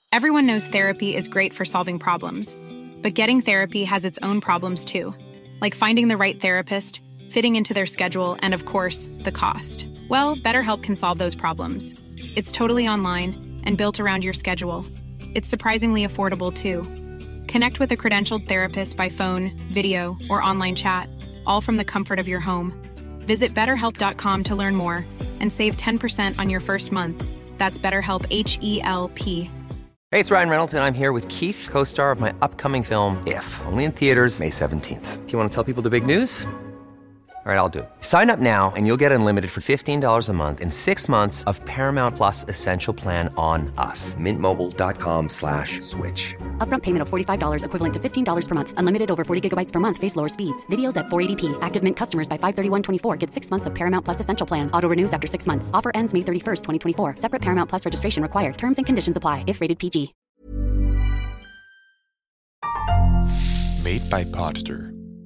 Everyone knows therapy is great for solving problems, but getting therapy has its own problems too, like finding the right therapist, fitting into their schedule, and of course, the cost. Well, BetterHelp can solve those problems. It's totally online and built around your schedule. It's surprisingly affordable too. Connect with a credentialed therapist by phone, video, or online chat, all from the comfort of your home. Visit BetterHelp.com to learn more and save 10% on your first month. That's BetterHelp, H-E-L-P. Hey, it's Ryan Reynolds, and I'm here with Keith, co-star of my upcoming film, If, only in theaters May 17th. Do you want to tell people the big news? All right, I'll do it. Sign up now and you'll get unlimited for $15 a month and 6 months of Paramount Plus Essential Plan on us. MintMobile.com/switch. Upfront payment of $45 equivalent to $15 per month. Unlimited over 40 gigabytes per month. Face lower speeds. Videos at 480p. Active Mint customers by 531.24 get 6 months of Paramount Plus Essential Plan. Auto renews after 6 months. Offer ends May 31st, 2024. Separate Paramount Plus registration required. Terms and conditions apply if rated PG. Made by Podster.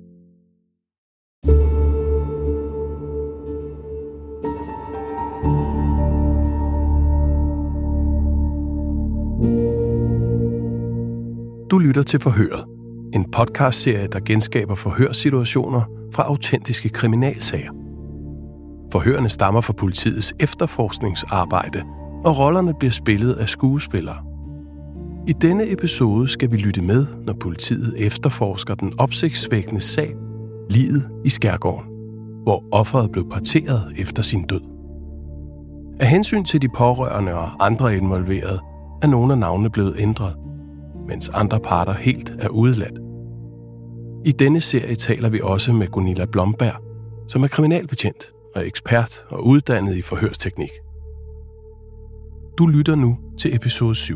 Du lytter til Forhøret, en podcastserie, der genskaber forhørssituationer fra autentiske kriminalsager. Forhørene stammer fra politiets efterforskningsarbejde, og rollerne bliver spillet af skuespillere. I denne episode skal vi lytte med, når politiet efterforsker den opsigtsvækkende sag, liget i Skærgården, hvor offeret blev parteret efter sin død. Af hensyn til de pårørende og andre involverede, er nogle af navnene blevet ændret, mens andre parter helt er udeladt. I denne serie taler vi også med Gunilla Blomberg, som er kriminalbetjent og ekspert og uddannet i forhørsteknik. Du lytter nu til episode 7.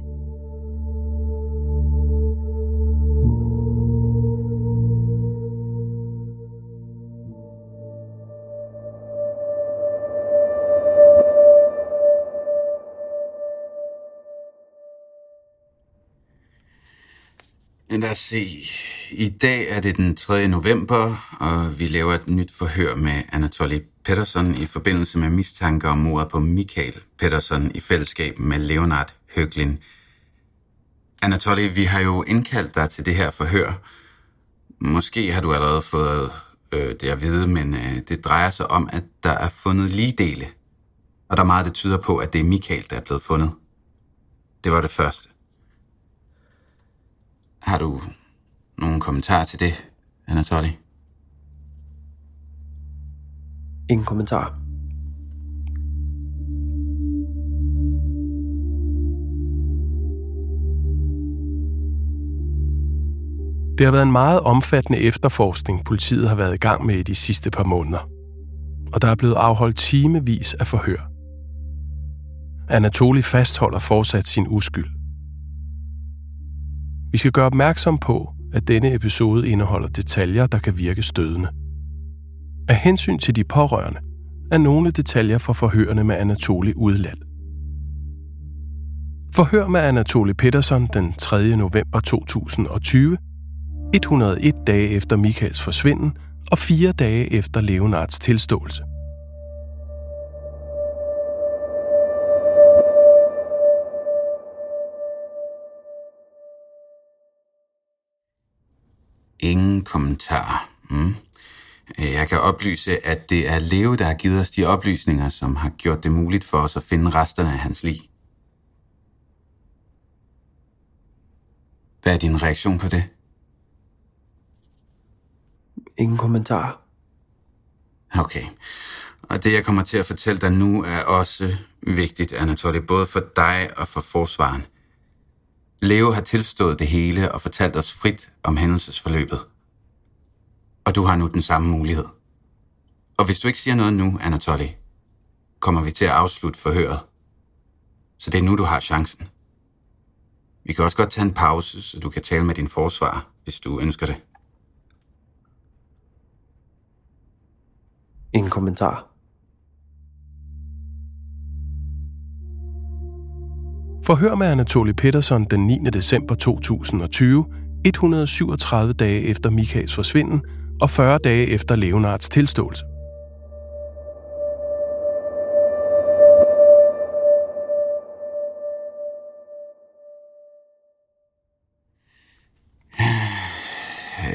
Lad os se. I dag er det den 3. november, og vi laver et nyt forhør med Anatoly Pettersson i forbindelse med mistanker om mordet på Mikael Pettersson i fællesskab med Leonard Höglin. Anatoly, vi har jo indkaldt dig til det her forhør. Måske har du allerede fået det at vide, men det drejer sig om, at der er fundet ligdele. Og der er meget, det tyder på, at det er Mikael, der er blevet fundet. Det var det første. Har du nogle kommentarer til det, Anatoly? Ingen kommentar. Det har været en meget omfattende efterforskning, politiet har været i gang med i de sidste par måneder. Og der er blevet afholdt timevis af forhør. Anatoly fastholder fortsat sin uskyld. Vi skal gøre opmærksom på, at denne episode indeholder detaljer, der kan virke stødende. Af hensyn til de pårørende er nogle detaljer fra forhørene med Anatoly udeladt. Forhør med Anatoly Pettersson den 3. november 2020, 101 dage efter Mikaels forsvinden og 4 dage efter Leonards tilståelse. Ingen kommentar. Jeg kan oplyse, at det er Leo, der har givet os de oplysninger, som har gjort det muligt for os at finde resterne af hans lig. Hvad er din reaktion på det? Ingen kommentar. Okay. Og det, jeg kommer til at fortælle dig nu, er også vigtigt, Anatoly, både for dig og for forsvaren. Leo har tilstået det hele og fortalt os frit om hændelsesforløbet. Og du har nu den samme mulighed. Og hvis du ikke siger noget nu, Anatoly, kommer vi til at afslutte forhøret. Så det er nu, du har chancen. Vi kan også godt tage en pause, så du kan tale med din forsvar, hvis du ønsker det. Ingen kommentar. Forhør med Anatoly Pettersson den 9. december 2020, 137 dage efter Mikaels forsvinden og 40 dage efter Leonards tilståelse.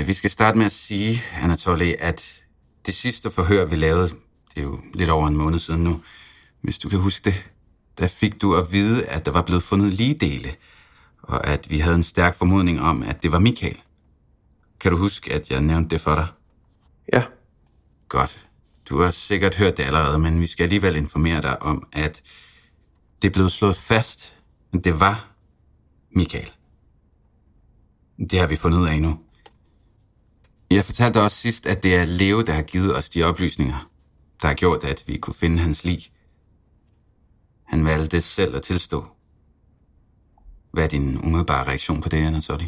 Vi skal starte med at sige, Anatoly, at det sidste forhør, vi lavede, det er jo lidt over en måned siden nu, hvis du kan huske det, der fik du at vide, at der var blevet fundet ligedele, og at vi havde en stærk formodning om, at det var Michael. Kan du huske, at jeg nævnte det for dig? Ja. Godt. Du har sikkert hørt det allerede, men vi skal alligevel informere dig om, at det er blevet slået fast, at det var Michael. Det har vi fundet ud af nu. Jeg fortalte også sidst, at det er Leo, der har givet os de oplysninger, der har gjort, at vi kunne finde hans lig. Han valgte selv at tilstå. Hvad er din umiddelbare reaktion på det, Anatoly?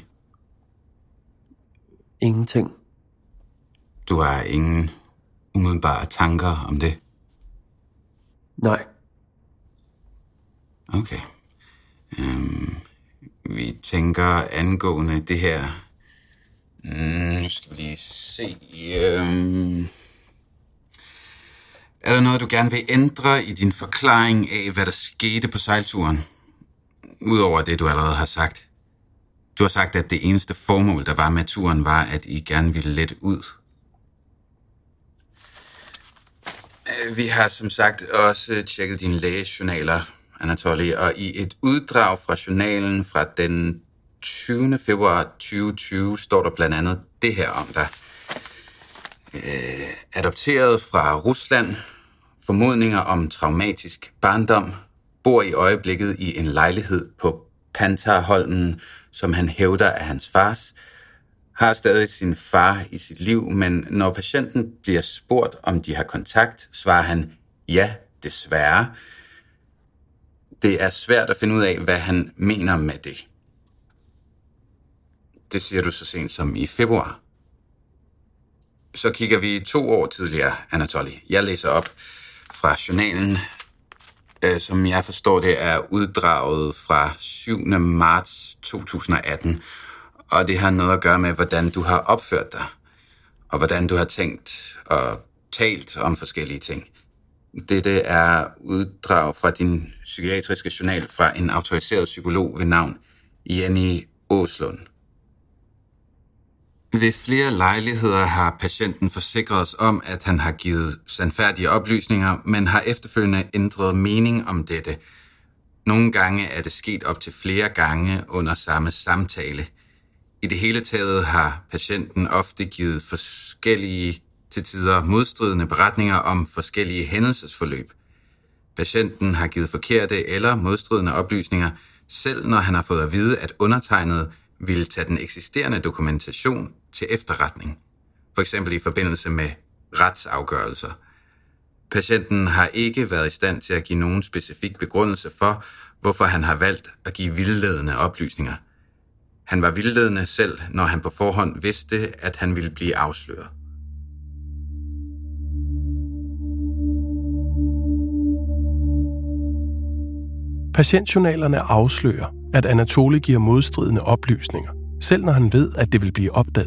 Ingenting. Du har ingen umiddelbare tanker om det? Nej. Okay. Vi tænker angående det her. Nu skal vi lige se. Er der noget, du gerne vil ændre i din forklaring af, hvad der skete på sejlturen? Udover det, du allerede har sagt. Du har sagt, at det eneste formål, der var med turen, var, at I gerne ville lette ud. Vi har som sagt også tjekket dine lægejournaler, Anatoly, og i et uddrag fra journalen fra den 20. februar 2020 står der blandt andet det her om dig. Adopteret fra Rusland, formodninger om traumatisk barndom, bor i øjeblikket i en lejlighed på Pantarholmen, som han hævder er hans fars, har stadig sin far i sit liv, men når patienten bliver spurgt, om de har kontakt, svarer han, ja, desværre. Det er svært at finde ud af, hvad han mener med det. Det siger du så sent som i februar. Så kigger vi 2 år tidligere, Anatoly. Jeg læser op fra journalen, som jeg forstår det er uddraget fra 7. marts 2018. Og det har noget at gøre med, hvordan du har opført dig, og hvordan du har tænkt og talt om forskellige ting. Dette er uddrag fra din psykiatriske journal fra en autoriseret psykolog ved navn Jenny Åslund. Ved flere lejligheder har patienten forsikret os om, at han har givet sandfærdige oplysninger, men har efterfølgende ændret mening om dette. Nogle gange er det sket op til flere gange under samme samtale. I det hele taget har patienten ofte givet forskellige, til tider modstridende beretninger om forskellige hændelsesforløb. Patienten har givet forkerte eller modstridende oplysninger, selv når han har fået at vide, at undertegnet ville tage den eksisterende dokumentation til efterretning, for eksempel i forbindelse med retsafgørelser. Patienten har ikke været i stand til at give nogen specifik begrundelse for, hvorfor han har valgt at give vildledende oplysninger. Han var vildledende selv, når han på forhånd vidste, at han ville blive afsløret. Patientjournalerne afslører, at Anatoly giver modstridende oplysninger, selv når han ved, at det vil blive opdaget.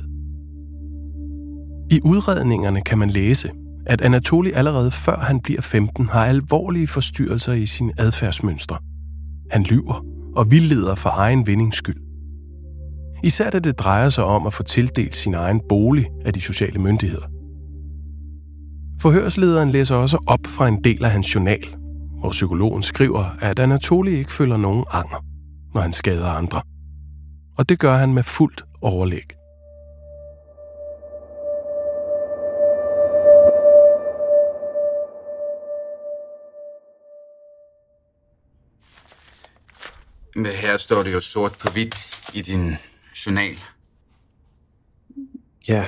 I udredningerne kan man læse, at Anatoly allerede før han bliver 15 har alvorlige forstyrrelser i sine adfærdsmønstre. Han lyver og vildleder for egen vindings skyld. Især da det drejer sig om at få tildelt sin egen bolig af de sociale myndigheder. Forhørslederen læser også op fra en del af hans journal, hvor psykologen skriver, at Anatoly ikke føler nogen anger, når han skader andre. Og det gør han med fuldt overlæg. Her står det jo sort på hvidt i din journal. Ja.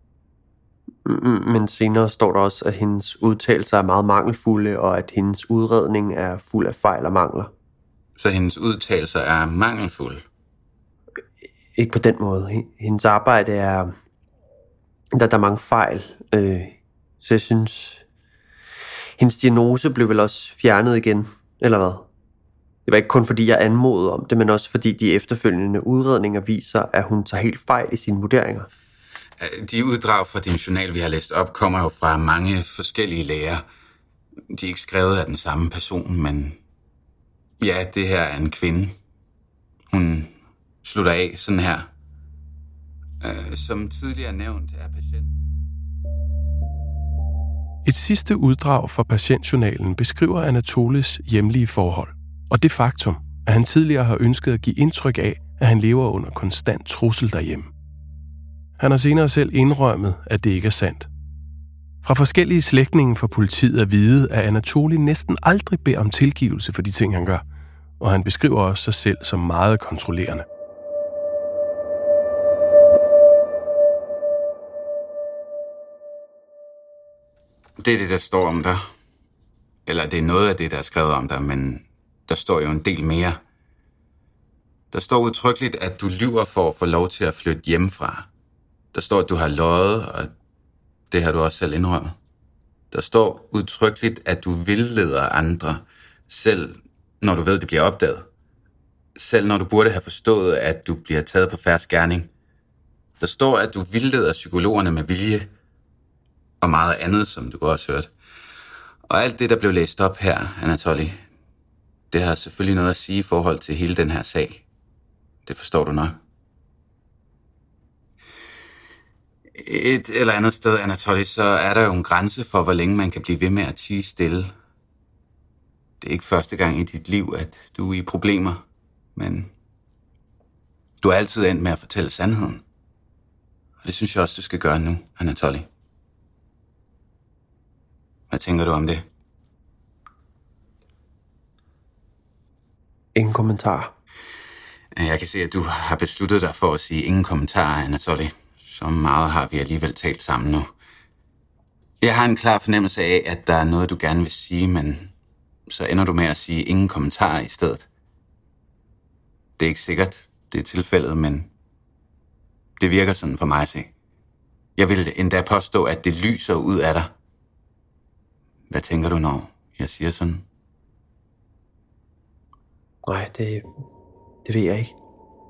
Men senere står der også, at hendes udtalelser er meget mangelfulde, og at hendes udredning er fuld af fejl og mangler. Så hendes udtalelser er mangelfulde? Ikke på den måde. Hendes arbejde er... Der er mange fejl. Så jeg synes... Hendes diagnose blev vel også fjernet igen, eller hvad? Det var ikke kun fordi, jeg anmodede om det, men også fordi de efterfølgende udredninger viser, at hun tager helt fejl i sine vurderinger. De uddrag fra din journal, vi har læst op, kommer jo fra mange forskellige læger. De er ikke skrevet af den samme person, men ja, det her er en kvinde. Hun slutter af sådan her. Som tidligere nævnt er patienten... Et sidste uddrag fra patientjournalen beskriver Anatolis hjemlige forhold, og det faktum, at han tidligere har ønsket at give indtryk af, at han lever under konstant trussel derhjemme. Han har senere selv indrømmet, at det ikke er sandt. Fra forskellige slægtninge fra politiet at vide, at Anatoli næsten aldrig beder om tilgivelse for de ting, han gør, og han beskriver også sig selv som meget kontrollerende. Det er det, der står om dig. Eller det er noget af det, der er skrevet om dig, men der står jo en del mere. Der står udtrykkeligt, at du lyver for at få lov til at flytte hjemmefra. Der står, at du har løjet, og det har du også selv indrømmet. Der står udtrykkeligt, at du vildleder andre, selv når du ved, det bliver opdaget. Selv når du burde have forstået, at du bliver taget på fersk gerning. Der står, at du vildleder psykologerne med vilje, og meget andet, som du også hørt. Og alt det, der blev læst op her, Anatoli, det har selvfølgelig noget at sige i forhold til hele den her sag. Det forstår du nok. Et eller andet sted, Anatoli, så er der jo en grænse for, hvor længe man kan blive ved med at tie stille. Det er ikke første gang i dit liv, at du er i problemer, men du er altid endt med at fortælle sandheden. Og det synes jeg også, du skal gøre nu, Anatoli. Hvad tænker du om det? Ingen kommentar. Jeg kan se, at du har besluttet dig for at sige ingen kommentarer, Anatoli. Så meget har vi alligevel talt sammen nu. Jeg har en klar fornemmelse af, at der er noget, du gerne vil sige, men så ender du med at sige ingen kommentarer i stedet. Det er ikke sikkert, det er tilfældet, men det virker sådan for mig at se. Jeg vil endda påstå, at det lyser ud af dig. Hvad tænker du, når jeg siger sådan? Nej, det ved jeg ikke.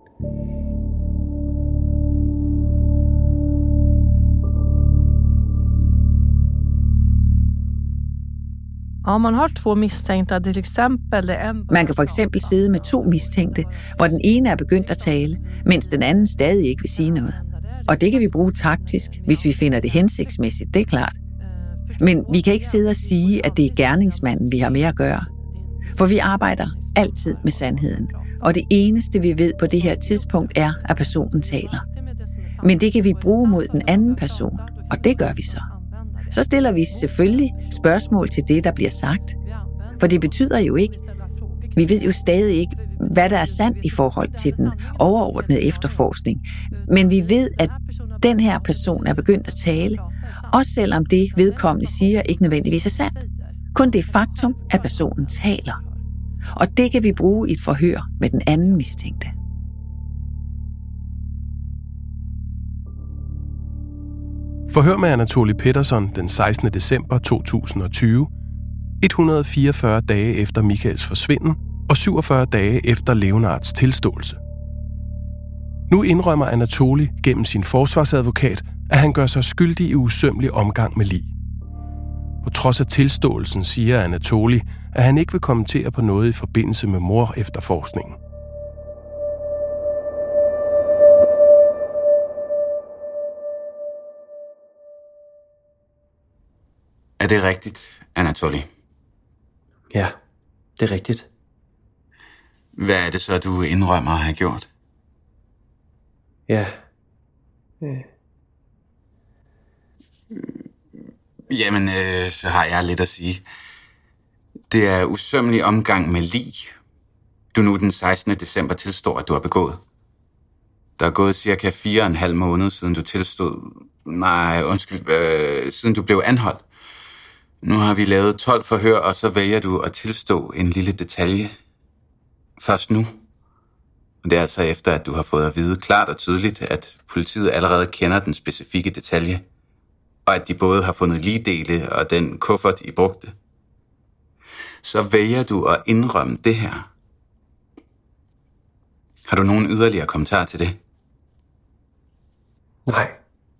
Om man har två misstänkta, till exempel... Man kan for eksempel sidde med 2 mistænkte, hvor den ene er begyndt at tale, mens den anden stadig ikke vil sige noget. Og det kan vi bruge taktisk, hvis vi finder det hensigtsmæssigt, det er klart. Men vi kan ikke sidde og sige, at det er gerningsmanden, vi har med at gøre. For vi arbejder altid med sandheden. Og det eneste, vi ved på det her tidspunkt, er, at personen taler. Men det kan vi bruge mod den anden person, og det gør vi så. Så stiller vi selvfølgelig spørgsmål til det, der bliver sagt. For det betyder jo ikke, vi ved jo stadig ikke, hvad der er sandt i forhold til den overordnede efterforskning. Men vi ved, at den her person er begyndt at tale, også selvom det vedkommende siger ikke nødvendigvis er sandt. Kun det faktum, at personen taler. Og det kan vi bruge i et forhør med den anden mistænkte. Forhør med Anatoli Pettersson den 16. december 2020, 144 dage efter Michaels forsvinden og 47 dage efter Leonards tilståelse. Nu indrømmer Anatoli gennem sin forsvarsadvokat, at han gør sig skyldig i usømmelig omgang med lig. På trods af tilståelsen siger Anatoli, at han ikke vil kommentere på noget i forbindelse med mord-efterforskningen. Er det rigtigt, Anatoli? Ja, det er rigtigt. Hvad er det så, du indrømmer at have gjort? Ja. Jamen, så har jeg lidt at sige. Det er usømmelig omgang med lig. Du nu den 16. december tilstår, at du har begået. Der er gået cirka 4,5 måneder, siden du tilstod... siden du blev anholdt. Nu har vi lavet 12 forhør, og så vælger du at tilstå en lille detalje. Først nu. Det er altså efter, at du har fået at vide klart og tydeligt, at politiet allerede kender den specifikke detalje, og at de både har fundet ligdele og den kuffert, I brugte. Så vælger du at indrømme det her. Har du nogen yderligere kommentar til det? Nej.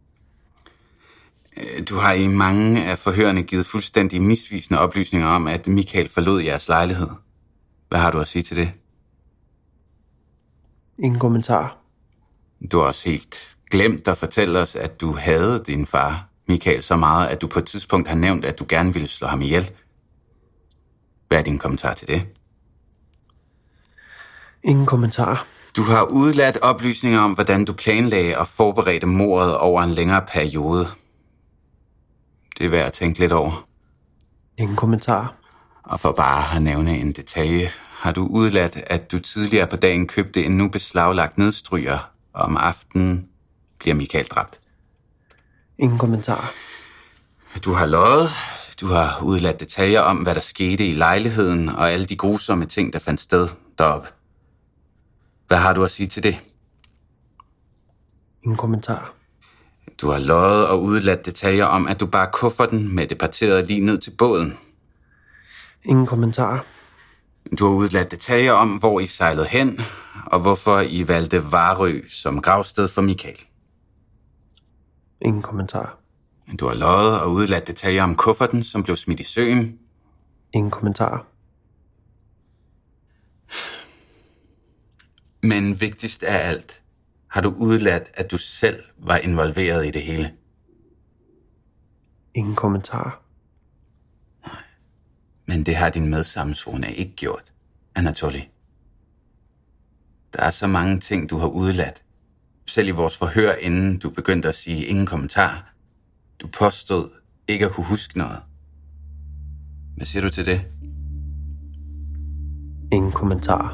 Du har i mange af forhørene givet fuldstændig misvisende oplysninger om, at Michael forlod jeres lejlighed. Hvad har du at sige til det? Ingen kommentar. Du har også helt glemt at fortælle os, at du havde din far, Michael, så meget, at du på et tidspunkt har nævnt, at du gerne ville slå ham ihjel. Hvad er din kommentar til det? Ingen kommentar. Du har udladt oplysninger om, hvordan du planlagde og forberedte mordet over en længere periode. Det er værd at tænke lidt over. Ingen kommentar. Og for bare at nævne en detalje, har du udladt, at du tidligere på dagen købte en nu beslaglagt nedstryger, og om aftenen bliver Michael dræbt. Ingen kommentar. Du har løjet. Du har udladt detaljer om, hvad der skete i lejligheden, og alle de grusomme ting, der fandt sted deroppe. Hvad har du at sige til det? Ingen kommentar. Du har løjet og udladt detaljer om, at du bare kufferten med det parterede lige ned til båden. Ingen kommentar. Du har udladt detaljer om, hvor I sejlede hen, og hvorfor I valgte Varø som gravsted for Michael. Ingen kommentar. Du har løjet og udladt detaljer om kufferten, som blev smidt i søen. Ingen kommentar. Men vigtigst af alt, har du udladt, at du selv var involveret i det hele. Ingen kommentar. Men det har din medsammensvorne ikke gjort, Anatoly. Der er så mange ting, du har udladt. Selv i vores forhør, inden du begyndte at sige ingen kommentar. Du påstod ikke at kunne huske noget. Hvad siger du til det? Ingen kommentar.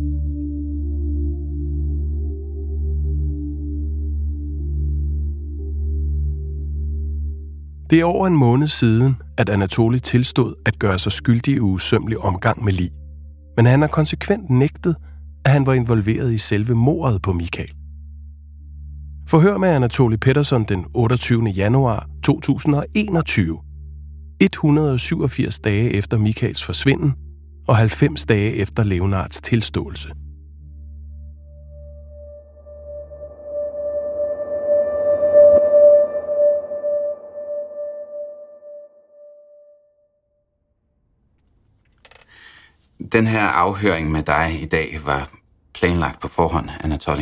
Det er over en måned siden, at Anatoly tilstod at gøre sig skyldig i usømmelig omgang med lig. Men han har konsekvent nægtet, at han var involveret i selve mordet på Michael. Forhør med Anatoly Pettersson den 28. januar 2021. 187 dage efter Michaels forsvinden og 90 dage efter Leonards tilståelse. Den her afhøring med dig i dag var planlagt på forhånd, Anatoly.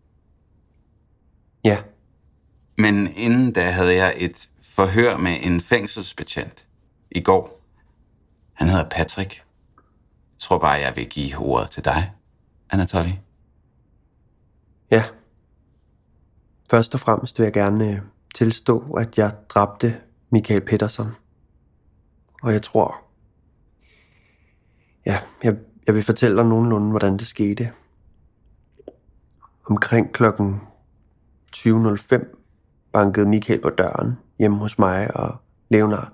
Ja. Men inden da havde jeg et forhør med en fængselsbetjent i går. Han hedder Patrick. Jeg tror bare, jeg vil give ordet til dig, Anatoly. Ja. Først og fremmest vil jeg gerne tilstå, at jeg dræbte Michael Pettersson. Og jeg tror... Ja, jeg vil fortælle dig nogenlunde, hvordan det skete. Omkring klokken 20.05 bankede Michael på døren hjemme hos mig og Leonard.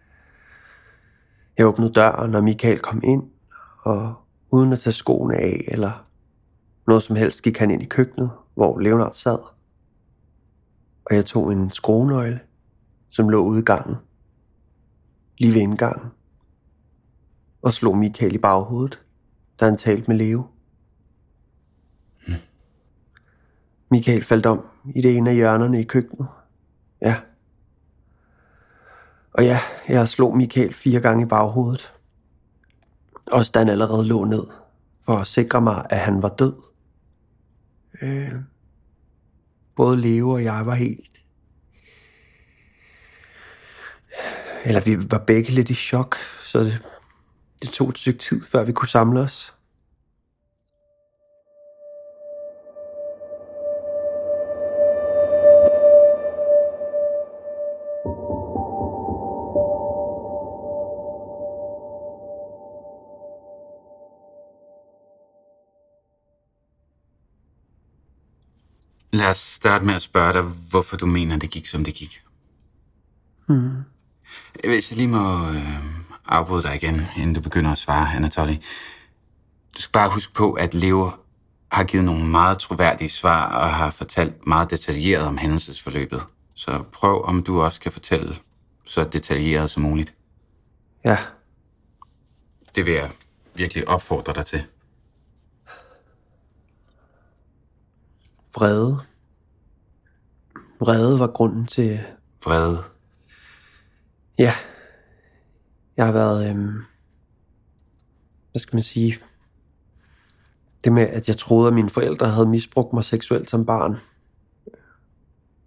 Jeg åbnede døren, og Michael kom ind, og uden at tage skoene af eller noget som helst, gik han ind i køkkenet, hvor Leonard sad. Og jeg tog en skruenøgle, som lå ude i gangen, lige ved indgangen, og slog Michael i baghovedet, da han talte med Leo. Michael faldt om i det ene af hjørnerne i køkkenet. Ja. Og ja, jeg slog Michael 4 gange i baghovedet. Også da han allerede lå ned, for at sikre mig, at han var død. Både Leo og jeg var helt... Eller vi var begge lidt i chok, så det tog et stykke tid, før vi kunne samle os. Lad os starte med at spørge dig, hvorfor du mener, det gik, som det gik. Hvis jeg lige må afbryde dig igen, inden du begynder at svare, Anatoly. Du skal bare huske på, at Leo har givet nogle meget troværdige svar og har fortalt meget detaljeret om hændelsesforløbet. Så prøv, om du også kan fortælle så detaljeret som muligt. Ja. Det vil jeg virkelig opfordre dig til. Vrede. Vrede var grunden til... Vrede? Ja. Jeg har været... hvad skal man sige? Det med, at jeg troede, at mine forældre havde misbrugt mig seksuelt som barn.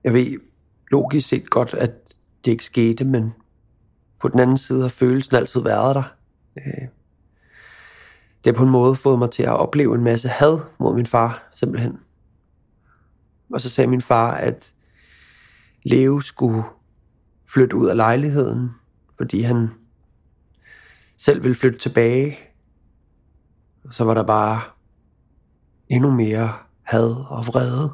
Jeg ved logisk set godt, at det ikke skete, men på den anden side har følelsen altid været der. Det har på en måde fået mig til at opleve en masse had mod min far, simpelthen. Og så sagde min far, at Leo skulle flytte ud af lejligheden, fordi han selv ville flytte tilbage. Og så var der bare endnu mere had og vrede.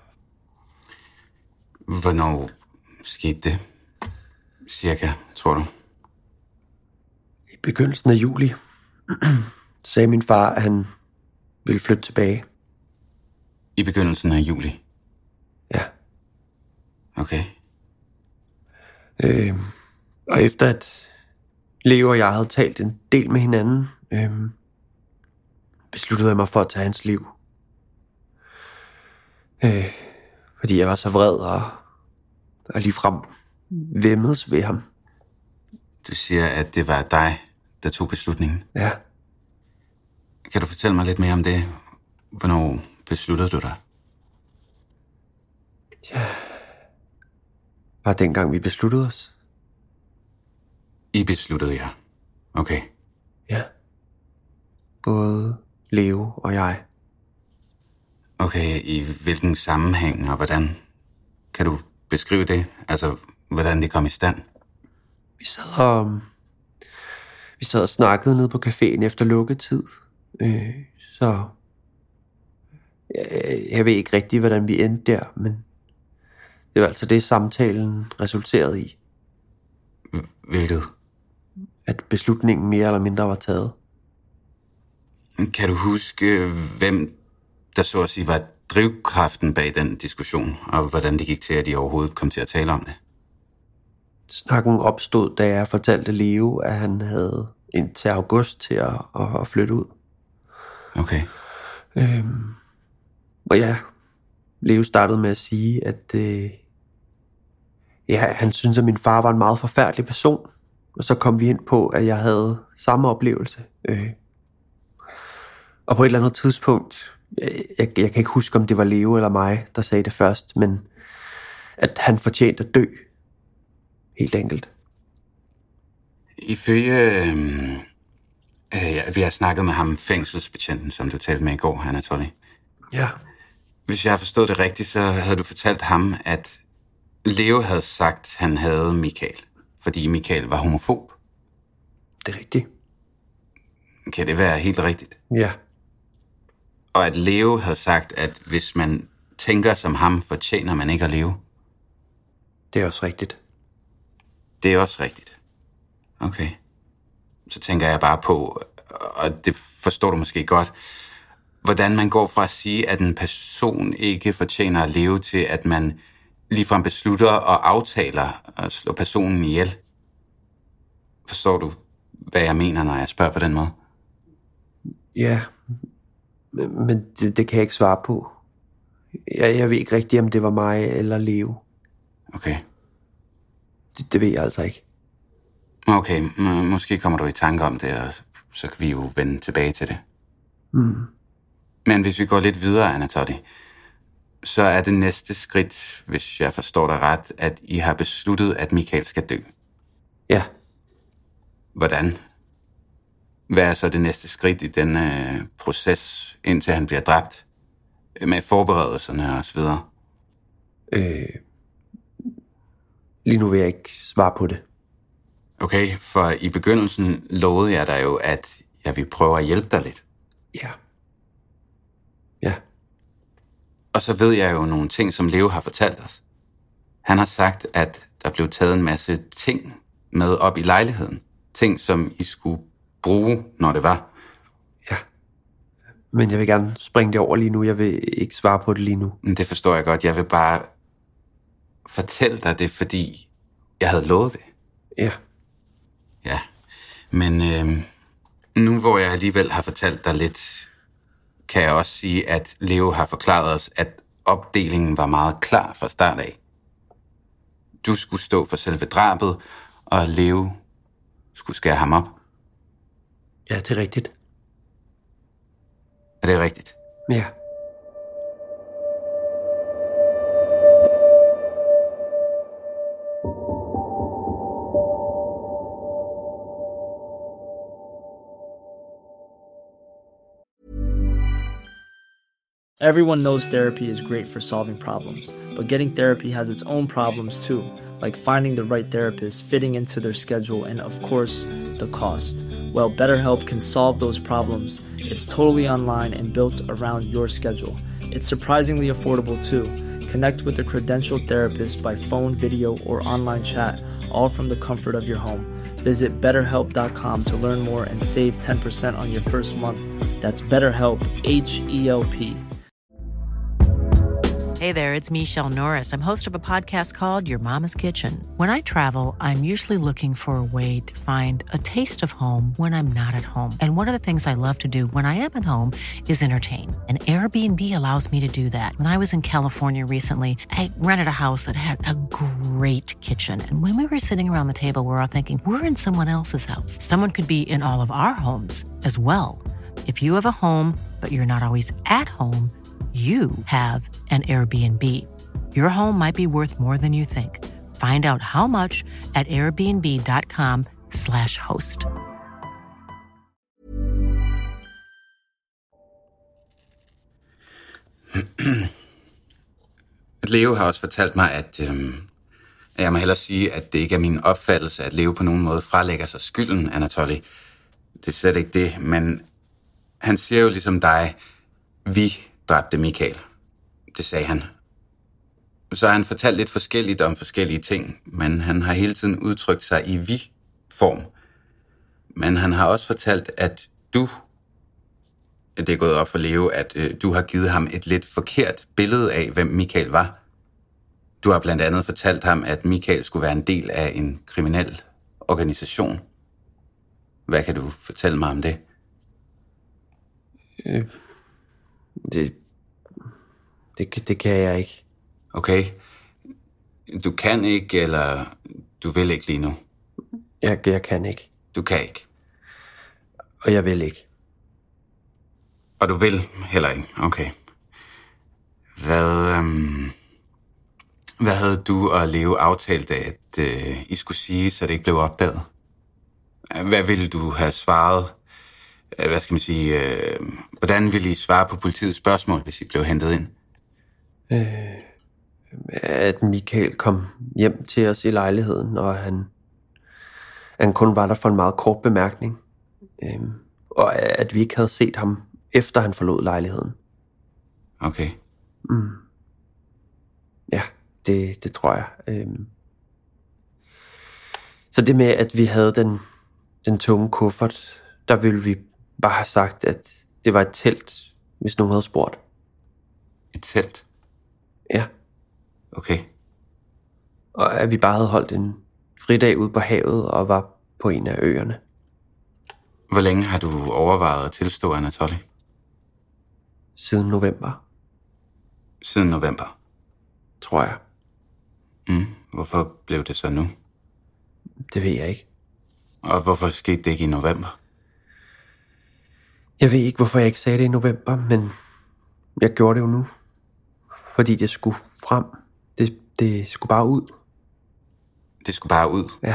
Hvornår skete det? Cirka, tror du? I begyndelsen af juli sagde min far, at han ville flytte tilbage. I begyndelsen af juli? Ja. Okay. Og efter at Leo og jeg havde talt en del med hinanden, besluttede jeg mig for at tage hans liv. Fordi jeg var så vred og ligefrem væmmedes ved ham. Du siger, at det var dig, der tog beslutningen? Ja. Kan du fortælle mig lidt mere om det? Hvornår besluttede du dig? Ja. Var dengang vi besluttede os. I besluttede jer? Okay. Ja. Både Leo og jeg. Okay, i hvilken sammenhæng og hvordan? Kan du beskrive det? Altså, hvordan det kom i stand? Vi sad og snakkede nede på caféen efter lukketid. Så jeg ved ikke rigtig, hvordan vi endte der, men det var altså det, samtalen resulterede i. Hvilket? At beslutningen mere eller mindre var taget. Kan du huske, hvem der så at sige var drivkraften bag den diskussion, og hvordan det gik til, at de overhovedet kom til at tale om det? Snakken opstod, da jeg fortalte Leo, at han havde indtil august til at flytte ud. Okay. Og ja, Leo startede med at sige, at han syntes, at min far var en meget forfærdelig person. Og så kom vi ind på, at jeg havde samme oplevelse. Og på et eller andet tidspunkt, jeg kan ikke huske, om det var Leo eller mig, der sagde det først, men at han fortjente at dø. Helt enkelt. Ifølge... vi har snakket med ham, fængselsbetjenten, som du talte med i går, Anatoly. Ja. Hvis jeg har forstået det rigtigt, så havde du fortalt ham, at Leo havde sagt, at han havde Michael, fordi Michael var homofob. Det er rigtigt. Kan det være helt rigtigt? Ja. Og at Leo havde sagt, at hvis man tænker som ham, fortjener man ikke at leve. Det er også rigtigt. Det er også rigtigt. Okay. Så tænker jeg bare på, og det forstår du måske godt, hvordan man går fra at sige, at en person ikke fortjener at leve, til at man ligefrem beslutter og aftaler at slå personen ihjel. Forstår du, hvad jeg mener, når jeg spørger på den måde? Ja, men det kan jeg ikke svare på. Jeg ved ikke rigtigt, om det var mig eller Leo. Okay. Det ved jeg altså ikke. Okay, måske kommer du i tanke om det, og så kan vi jo vende tilbage til det. Men hvis vi går lidt videre, Anatoly, så er det næste skridt, hvis jeg forstår dig ret, at I har besluttet, at Michael skal dø. Ja. Hvordan? Hvad er så det næste skridt i denne proces, indtil han bliver dræbt? Med forberedelserne og så videre. Lige nu vil jeg ikke svare på det. Okay, for i begyndelsen lovede jeg dig jo, at jeg vil prøve at hjælpe dig lidt. Ja. Ja. Og så ved jeg jo nogle ting, som Leo har fortalt os. Han har sagt, at der blev taget en masse ting med op i lejligheden. Ting, som I skulle bruge, når det var. Ja. Men jeg vil gerne springe det over lige nu. Jeg vil ikke svare på det lige nu. Det forstår jeg godt. Jeg vil bare fortælle dig det, fordi jeg havde lovet det. Ja. Ja. Men nu hvor jeg alligevel har fortalt dig lidt, kan jeg også sige, at Leo har forklaret os, at opdelingen var meget klar fra start af. Du skulle stå for selve drabet, og Leo skulle skære ham op. Ja, det er rigtigt. Er det rigtigt? Ja. Everyone knows therapy is great for solving problems, but getting therapy has its own problems too, like finding the right therapist, fitting into their schedule, and of course, the cost. Well, BetterHelp can solve those problems. It's totally online and built around your schedule. It's surprisingly affordable too. Connect with a credentialed therapist by phone, video, or online chat, all from the comfort of your home. Visit BetterHelp.com to learn more and save 10% on your first month. That's BetterHelp, H-E-L-P. Hey there, it's Michelle Norris. I'm host of a podcast called Your Mama's Kitchen. When I travel, I'm usually looking for a way to find a taste of home when I'm not at home. And one of the things I love to do when I am at home is entertain. And Airbnb allows me to do that. When I was in California recently, I rented a house that had a great kitchen. And when we were sitting around the table, we were all thinking, we're in someone else's house. Someone could be in all of our homes as well. If you have a home, but you're not always at home, you have an Airbnb. Your home might be worth more than you think. Find out how much at airbnb.com/host. Leo har også fortalt mig, at jeg må hellere sige, at det ikke er min opfattelse, at Leo på nogen måde fralægger sig skylden, Anatoly. Det er slet ikke det, men han siger jo ligesom dig, vi dræbte Michael. Det sagde han. Så har han fortalt lidt forskelligt om forskellige ting, men han har hele tiden udtrykt sig i vi-form. Men han har også fortalt, at det er gået op for Leo, at du har givet ham et lidt forkert billede af, hvem Michael var. Du har blandt andet fortalt ham, at Michael skulle være en del af en kriminel organisation. Hvad kan du fortælle mig om det? Det kan jeg ikke. Okay. Du kan ikke, eller du vil ikke lige nu? Jeg kan ikke. Du kan ikke? Og jeg vil ikke. Og du vil heller ikke? Okay. Hvad havde du og Leo aftalt, at I skulle sige, så det ikke blev opdaget? Hvad ville du have svaret? Hvad skal man sige? Hvordan ville I svare på politiets spørgsmål, hvis I blev hentet ind? At Michael kom hjem til os i lejligheden, og han kun var der for en meget kort bemærkning. Og at vi ikke havde set ham, efter han forlod lejligheden. Okay. Ja, det tror jeg. Så det med, at vi havde den tunge kuffert, der ville vi bare have sagt, at det var et telt, hvis nogen havde spurgt. Et telt? Ja. Okay. Og at vi bare havde holdt en fridag ude på havet og var på en af øerne. Hvor længe har du overvejet at tilstå, Anatoly? Siden november. Siden november? Tror jeg. Hvorfor blev det så nu? Det ved jeg ikke. Og hvorfor skete det ikke i november? Jeg ved ikke, hvorfor jeg ikke sagde det i november, men jeg gjorde det jo nu. Fordi det skulle frem. Det skulle bare ud. Det skulle bare ud? Ja.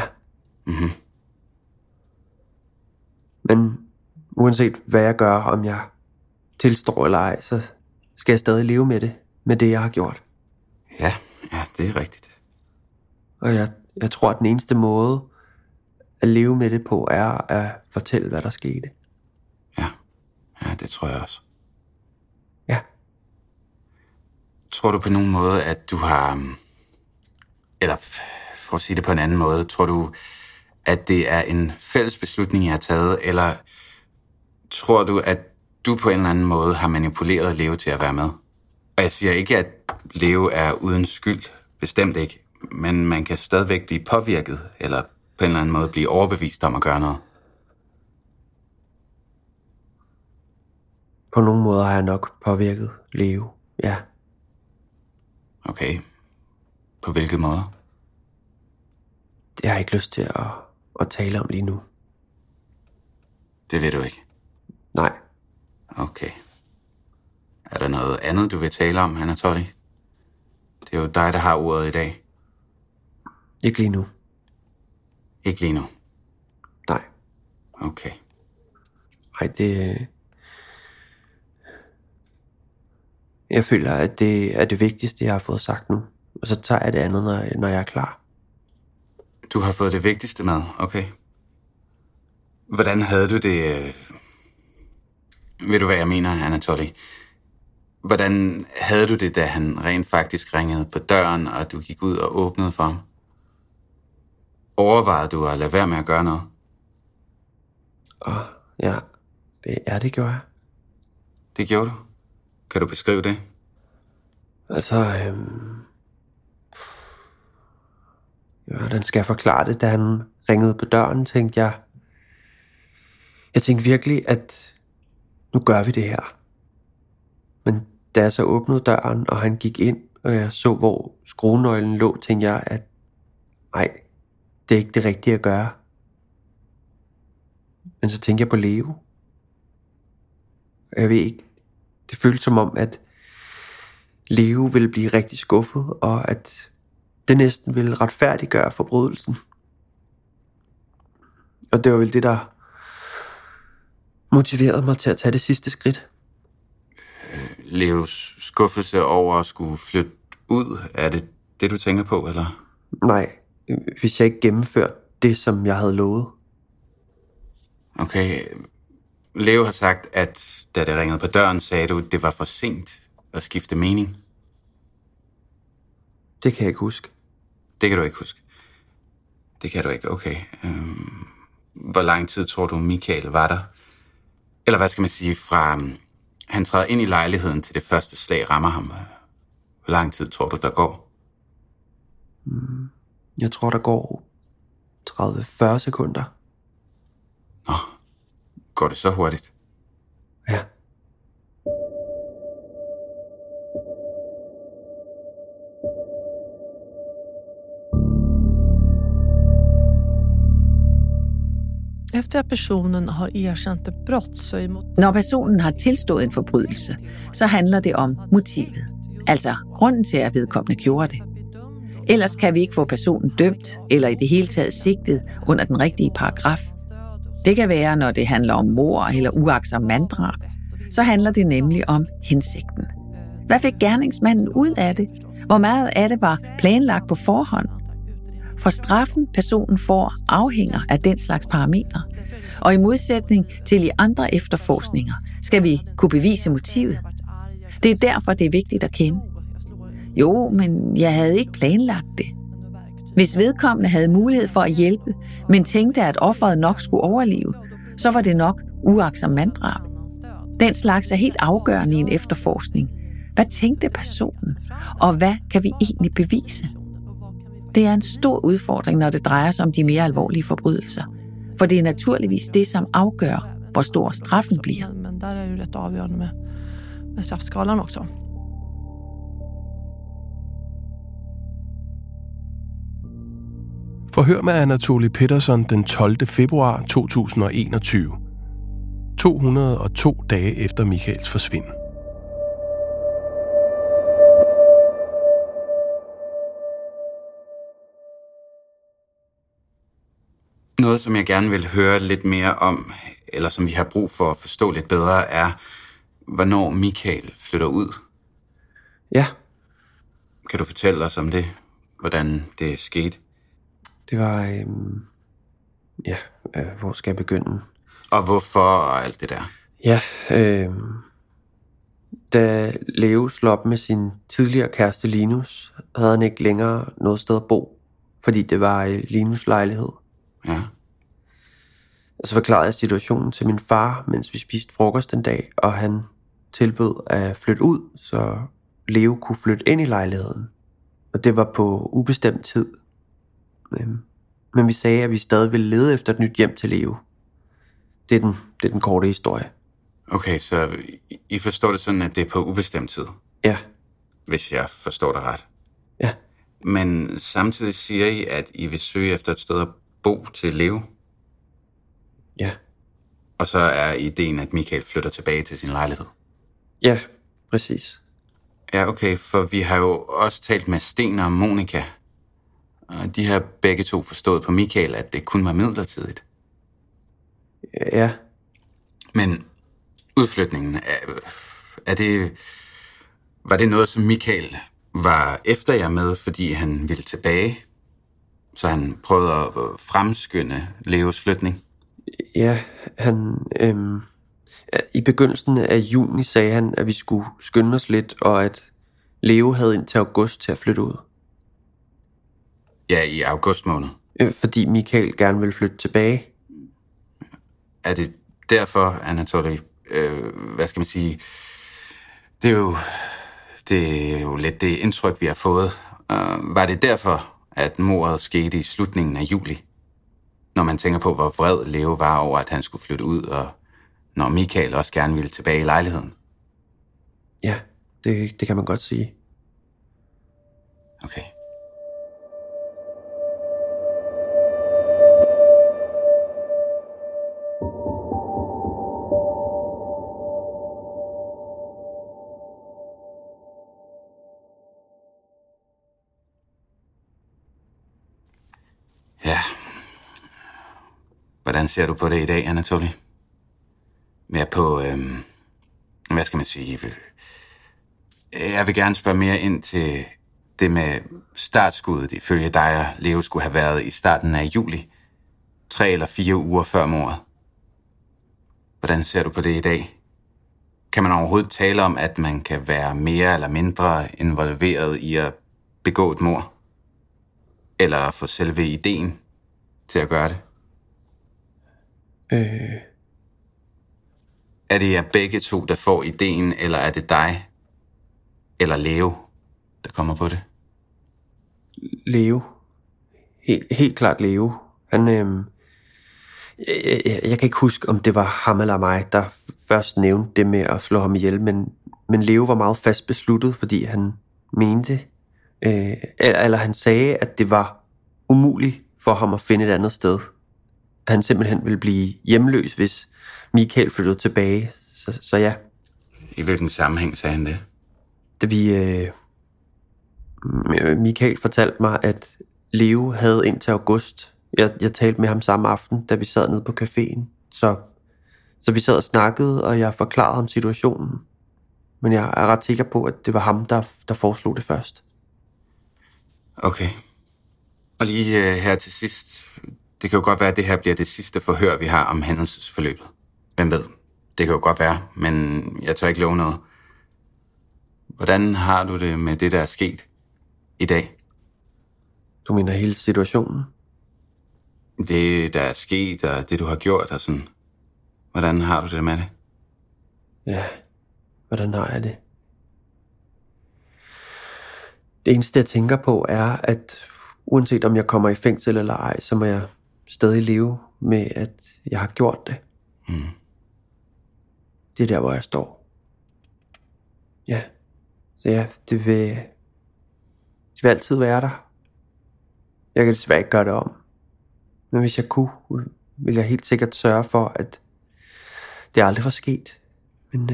Men uanset hvad jeg gør, om jeg tilstår eller ej, så skal jeg stadig leve med det jeg har gjort. Ja, det er rigtigt. Og jeg tror, at den eneste måde at leve med det på, er at fortælle, hvad der skete. Ja, det tror jeg også. Ja. Tror du på nogen måde, at du har... Eller for at sige det på en anden måde, tror du, at det er en fælles beslutning, jeg har taget, eller tror du, at du på en eller anden måde har manipuleret Leo til at være med? Og jeg siger ikke, at Leo er uden skyld, bestemt ikke, men man kan stadigvæk blive påvirket, eller på en eller anden måde blive overbevist om at gøre noget. På nogle måder har jeg nok påvirket Leo, ja. Okay. På hvilke måder? Det har jeg ikke lyst til at tale om lige nu. Det ved du ikke? Nej. Okay. Er der noget andet, du vil tale om, Anatoly? Det er jo dig, der har ordet i dag. Ikke lige nu. Ikke lige nu? Nej. Okay. Nej, det... Jeg føler, at det er det vigtigste, jeg har fået sagt nu. Og så tager jeg det andet, når jeg er klar. Du har fået det vigtigste med, okay. Hvordan havde du det... Ved du, hvad jeg mener, Anatoly? Hvordan havde du det, da han rent faktisk ringede på døren, og du gik ud og åbnede for ham? Overvejede du at lade være med at gøre noget? Ja, det gjorde jeg. Det gjorde du? Kan du beskrive det? Altså, hvordan skal jeg forklare det? Da han ringede på døren, tænkte jeg... Jeg tænkte virkelig, at nu gør vi det her. Men da jeg så åbnede døren, og han gik ind, og jeg så, hvor skruenøglen lå, tænkte jeg, at nej, det er ikke det rigtige at gøre. Men så tænkte jeg på Leo. Jeg ved ikke, det føltes som om, at Leo ville blive rigtig skuffet, og at det næsten ville retfærdiggøre forbrydelsen. Og det var vel det, der motiverede mig til at tage det sidste skridt. Leos skuffelse over at skulle flytte ud, er det, du tænker på, eller? Nej, hvis jeg ikke gennemførte det, som jeg havde lovet. Okay, Leo har sagt, at da det ringede på døren, sagde du, at det var for sent at skifte mening. Det kan jeg ikke huske. Det kan du ikke huske? Det kan du ikke, okay. Hvor lang tid tror du, Michael var der? Eller hvad skal man sige, fra han træder ind i lejligheden til det første slag rammer ham. Hvor lang tid tror du, der går? Jeg tror, der går 30-40 sekunder. Nå, går det så hurtigt? Ja. Efter at personen har erkendt et brott, så imod... Når personen har tilstået en forbrydelse, så handler det om motivet. Altså grunden til, at vedkommende gjorde det. Ellers kan vi ikke få personen dømt, eller i det hele taget sigtet under den rigtige paragraf. Det kan være, når det handler om mord eller uagtsom manddrab. Så handler det nemlig om hensigten. Hvad fik gerningsmanden ud af det? Hvor meget af det var planlagt på forhånd? For straffen, personen får, afhænger af den slags parametre. Og i modsætning til i andre efterforskninger, skal vi kunne bevise motivet. Det er derfor, det er vigtigt at kende. Jo, men jeg havde ikke planlagt det. Hvis vedkommende havde mulighed for at hjælpe, men tænkte, at offeret nok skulle overleve, så var det nok uagtsom manddrab. Den slags er helt afgørende i en efterforskning. Hvad tænkte personen? Og hvad kan vi egentlig bevise? Det er en stor udfordring, når det drejer sig om de mere alvorlige forbrydelser. For det er naturligvis det, som afgør, hvor stor straffen bliver. Men der er jo ret afgørende med straffskalan også. Forhør med Anatoly Pettersson den 12. februar 2021. 202 dage efter Michaels forsvinden. Noget, som jeg gerne vil høre lidt mere om, eller som vi har brug for at forstå lidt bedre, er, hvornår Michael flytter ud. Ja. Kan du fortælle os om det? Hvordan det skete? Det var... hvor skal jeg begynde? Og hvorfor og alt det der? Ja, da Leo slog op med sin tidligere kæreste Linus, havde han ikke længere noget sted at bo, fordi det var Linus' lejlighed. Ja. Og så forklarede jeg situationen til min far, mens vi spiste frokost den dag, og han tilbød at flytte ud, så Leo kunne flytte ind i lejligheden. Og det var på ubestemt tid. Men vi sagde, at vi stadig ville lede efter et nyt hjem til Leo. Det er den korte historie. Okay, så I forstår det sådan, at det er på ubestemt tid? Ja. Hvis jeg forstår det ret? Ja. Men samtidig siger I, at I vil søge efter et sted at bo til Leo? Ja. Og så er ideen, at Michael flytter tilbage til sin lejlighed? Ja, præcis. Ja, okay, for vi har jo også talt med Sten og Monika. Og de har begge to forstået på Michael, at det kun var midlertidigt. Var det noget, som Michael var efter jer med, fordi han ville tilbage? Så han prøvede at fremskynde Leos flytning? Ja, han... I begyndelsen af juni sagde han, at vi skulle skynde os lidt, og at Leo havde indtil august til at flytte ud. Ja, i august måned. Fordi Michael gerne ville flytte tilbage. Er det derfor, Anatoly, hvad skal man sige, det er jo lidt det indtryk, vi har fået. Var det derfor, at mordet skete i slutningen af juli? Når man tænker på, hvor vred Leo var over, at han skulle flytte ud, og når Michael også gerne ville tilbage i lejligheden. Ja, det kan man godt sige. Okay. Ja. Hvordan ser du på det i dag, Anatoly? Mere på, hvad skal man sige? Jeg vil gerne spørge mere ind til det med startskuddet, ifølge dig og Leo skulle have været i starten af juli. 3 eller 4 uger før mordet. Hvordan ser du på det i dag? Kan man overhovedet tale om, at man kan være mere eller mindre involveret i at begå et mord? Eller få selve ideen til at gøre det? Er det jer begge to, der får ideen, eller er det dig eller Leo, der kommer på det? Leo. Helt klart Leo. Han, jeg kan ikke huske, om det var ham eller mig, der først nævnte det med at slå ham ihjel, men Leo var meget fast besluttet, fordi han mente, eller han sagde, at det var umuligt for ham at finde et andet sted. Han simpelthen ville blive hjemløs, hvis Michael flyttede tilbage. Så ja. I hvilken sammenhæng sagde han det? Da Michael fortalte mig, at Leo havde indtil august. Jeg talte med ham samme aften, da vi sad nede på caféen. Så vi sad og snakkede, og jeg forklarede ham situationen. Men jeg er ret sikker på, at det var ham, der foreslog det først. Okay. Og lige her til sidst. Det kan jo godt være, at det her bliver det sidste forhør, vi har om hændelsesforløbet. Hvem ved? Det kan jo godt være, men jeg tør ikke love noget. Hvordan har du det med det, der er sket i dag? Du mener hele situationen? Det, der er sket, og det, du har gjort, og sådan. Hvordan har du det med det? Ja, hvordan har jeg det? Det eneste, jeg tænker på, er, at uanset om jeg kommer i fængsel eller ej, så må jeg stadig leve med, at jeg har gjort det. Mm. Det er der, hvor jeg står. Ja, så ja, det vil altid være der. Jeg kan desværre ikke gøre det om. Men hvis jeg kunne, ville jeg helt sikkert sørge for, at det aldrig var sket. Men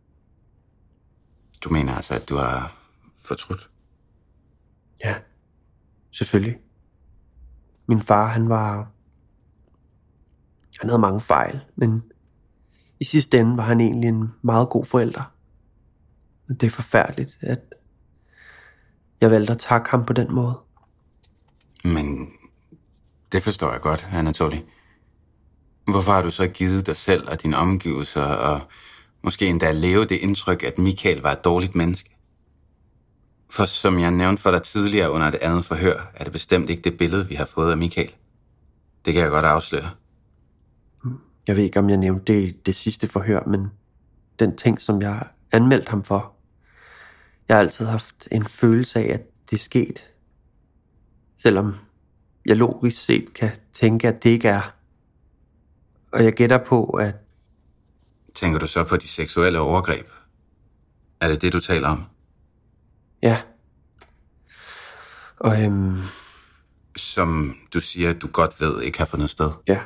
Du mener altså, at du har fortrudt? Ja, selvfølgelig. Min far, han havde mange fejl, men i sidste ende var han egentlig en meget god forælder. Og det er forfærdeligt, at jeg valgte at takke ham på den måde. Men det forstår jeg godt, Anatoly. Hvorfor har du så givet dig selv og dine omgivelser og måske endda leve det indtryk, at Michael var et dårligt menneske? For som jeg nævnte for dig tidligere under det andet forhør, er det bestemt ikke det billede, vi har fået af Michael. Det kan jeg godt afsløre. Jeg ved ikke, om jeg nævnte det i det sidste forhør, men den ting, som jeg anmeldte ham for, jeg har altid haft en følelse af, at det er sket. Selvom jeg logisk set kan tænke, at det ikke er. Og jeg gætter på, at... Tænker du så på de seksuelle overgreb? Er det det, du taler om? Ja. Og Som du siger, du godt ved ikke har fundet sted? Ja.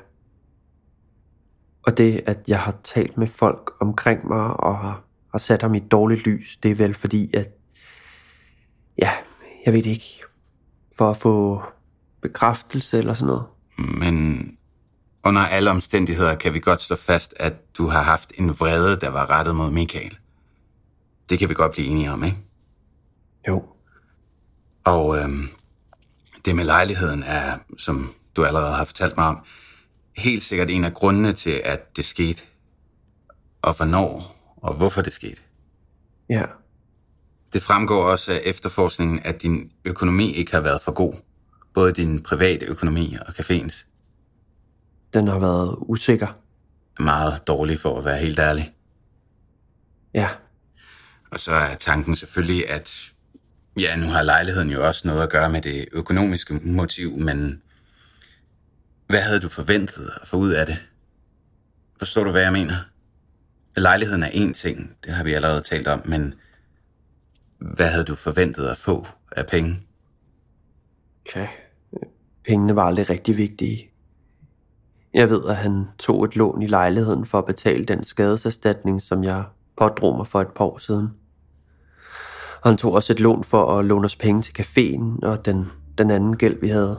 Og det, at jeg har talt med folk omkring mig og har sat ham i et dårligt lys, det er vel fordi, at... Ja, jeg ved ikke. For at få bekræftelse eller sådan noget. Men under alle omstændigheder kan vi godt slå fast, at du har haft en vrede, der var rettet mod Michael. Det kan vi godt blive enige om, ikke? Og det med lejligheden er, som du allerede har fortalt mig om, helt sikkert en af grundene til, at det skete. Og hvornår og hvorfor det skete. Ja. Det fremgår også af efterforskningen, at din økonomi ikke har været for god. Både din private økonomi og caféens. Den har været usikker. Meget dårlig, for at være helt ærlig. Ja. Og så er tanken selvfølgelig, at ja, nu har lejligheden jo også noget at gøre med det økonomiske motiv, men hvad havde du forventet at få ud af det? Forstår du, hvad jeg mener? Lejligheden er én ting, det har vi allerede talt om, men hvad havde du forventet at få af penge? Okay. Pengene var aldrig rigtig vigtige. Jeg ved, at han tog et lån i lejligheden for at betale den skadeserstatning, som jeg pådrog mig for et par år siden. Og han tog også et lån for at låne os penge til caféen og den anden gæld, vi havde.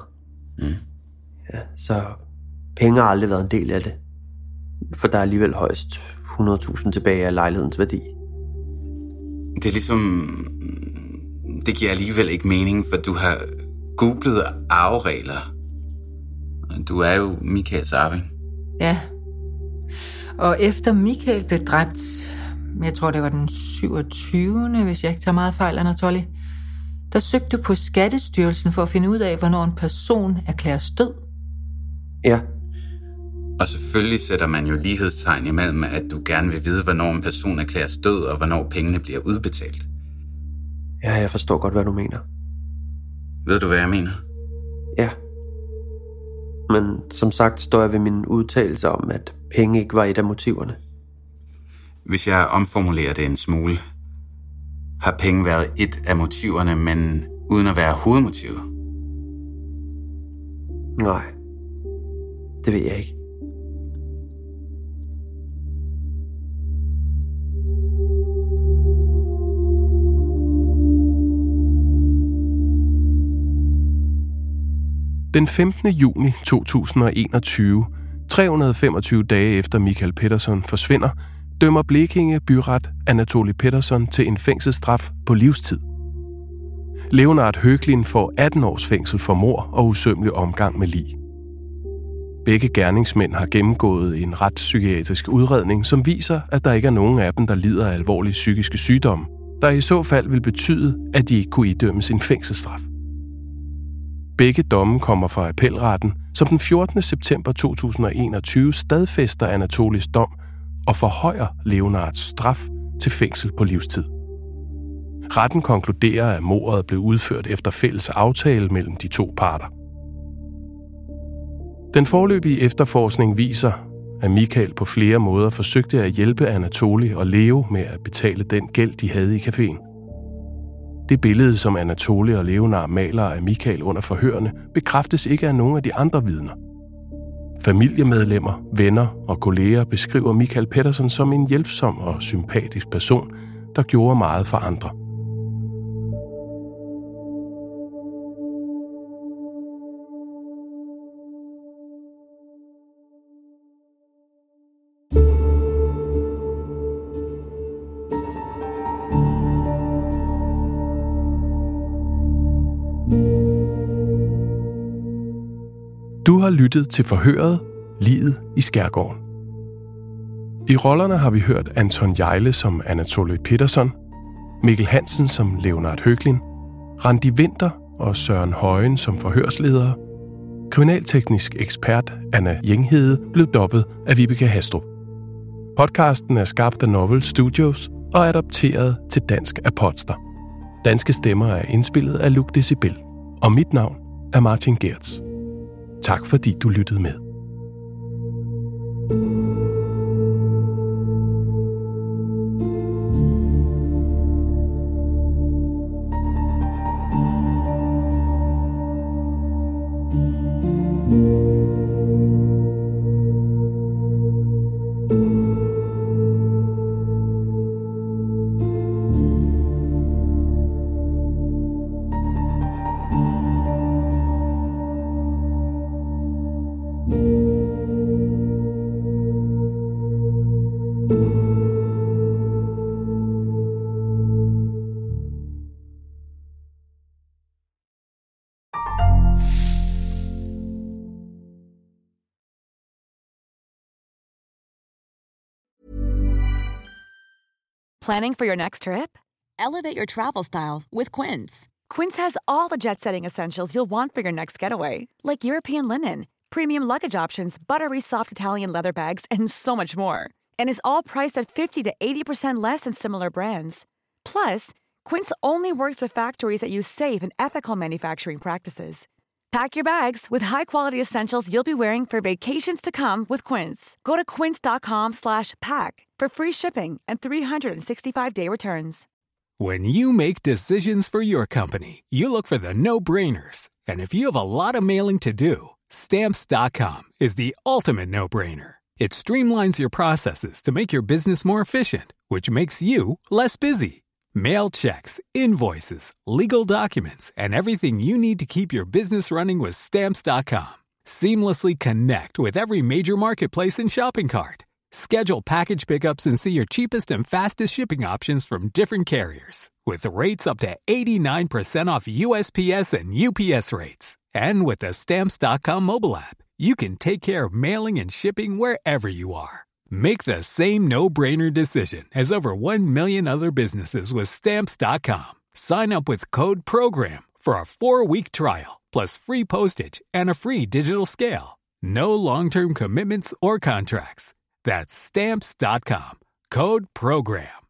Ja, så penge har aldrig været en del af det. For der er alligevel højst 100.000 tilbage af lejlighedens værdi. Det er ligesom... Det giver alligevel ikke mening, for du har googlet arveregler. Du er jo Michaels arving. Ja. Og efter Michael blev dræbt, jeg tror det var den 27., hvis jeg ikke tager meget fejl, Anatoly, der søgte du på Skattestyrelsen for at finde ud af, hvornår en person erklæres død. Ja. Og selvfølgelig sætter man jo lighedstegn imellem, at du gerne vil vide, hvornår en person erklæres død, og hvornår pengene bliver udbetalt. Ja, jeg forstår godt, hvad du mener. Ved du, hvad jeg mener? Ja. Men som sagt står jeg ved min udtalelse om, at penge ikke var et af motiverne. Hvis jeg omformulerer det en smule, har penge været et af motiverne, men uden at være hovedmotivet? Nej, det ved jeg ikke. Den 15. juni 2021, 325 dage efter Michael Peterson forsvinder, dømmer Blekinge byret Anatoly Peterson til en fængselsstraf på livstid. Leonard Höglin får 18 års fængsel for mord og usømmelig omgang med lig. Begge gerningsmænd har gennemgået en retspsykiatrisk udredning, som viser, at der ikke er nogen af dem, der lider af alvorlige psykiske sygdomme, der i så fald vil betyde, at de ikke kunne idømmes en fængselsstraf. Begge domme kommer fra appelretten, som den 14. september 2021 stadfæster Anatolys dom og forhøjer Leonards straf til fængsel på livstid. Retten konkluderer, at mordet blev udført efter fælles aftale mellem de to parter. Den foreløbige efterforskning viser, at Michael på flere måder forsøgte at hjælpe Anatoly og Leo med at betale den gæld, de havde i caféen. Det billede, som Anatoly og Leonard maler af Michael under forhørene, bekræftes ikke af nogen af de andre vidner. Familiemedlemmer, venner og kolleger beskriver Michael Peterson som en hjælpsom og sympatisk person, der gjorde meget for andre. Du har lyttet til forhøret Liget i Skærgården. I rollerne har vi hørt Anton Hjejle som Anatoly Peterson, Mikkel Hansen som Leonard Höglin, Randi Winther og Søren Højen som forhørsledere. Kriminalteknisk ekspert Anna Jenghede blev dubbet af Vibeke Hastrup. Podcasten er skabt af Novel Studios og adopteret til dansk af Podster. Danske stemmer er indspillet af Luc Decibel, og mit navn er Martin Geertz. Tak fordi du lyttede med. Planning for your next trip? Elevate your travel style with Quince. Quince has all the jet-setting essentials you'll want for your next getaway, like European linen, premium luggage options, buttery soft Italian leather bags, and so much more. And is all priced at 50 to 80% less than similar brands. Plus, Quince only works with factories that use safe and ethical manufacturing practices. Pack your bags with high-quality essentials you'll be wearing for vacations to come with Quince. Go to quince.com/pack for free shipping and 365-day returns. When you make decisions for your company, you look for the no-brainers. And if you have a lot of mailing to do, Stamps.com is the ultimate no-brainer. It streamlines your processes to make your business more efficient, which makes you less busy. Mail checks, invoices, legal documents, and everything you need to keep your business running with Stamps.com. Seamlessly connect with every major marketplace and shopping cart. Schedule package pickups and see your cheapest and fastest shipping options from different carriers, with rates up to 89% off USPS and UPS rates. And with the Stamps.com mobile app, you can take care of mailing and shipping wherever you are. Make the same no-brainer decision as over 1 million other businesses with Stamps.com. Sign up with code PROGRAM for a 4-week trial, plus free postage and a free digital scale. No long-term commitments or contracts. That's Stamps.com. Code PROGRAM.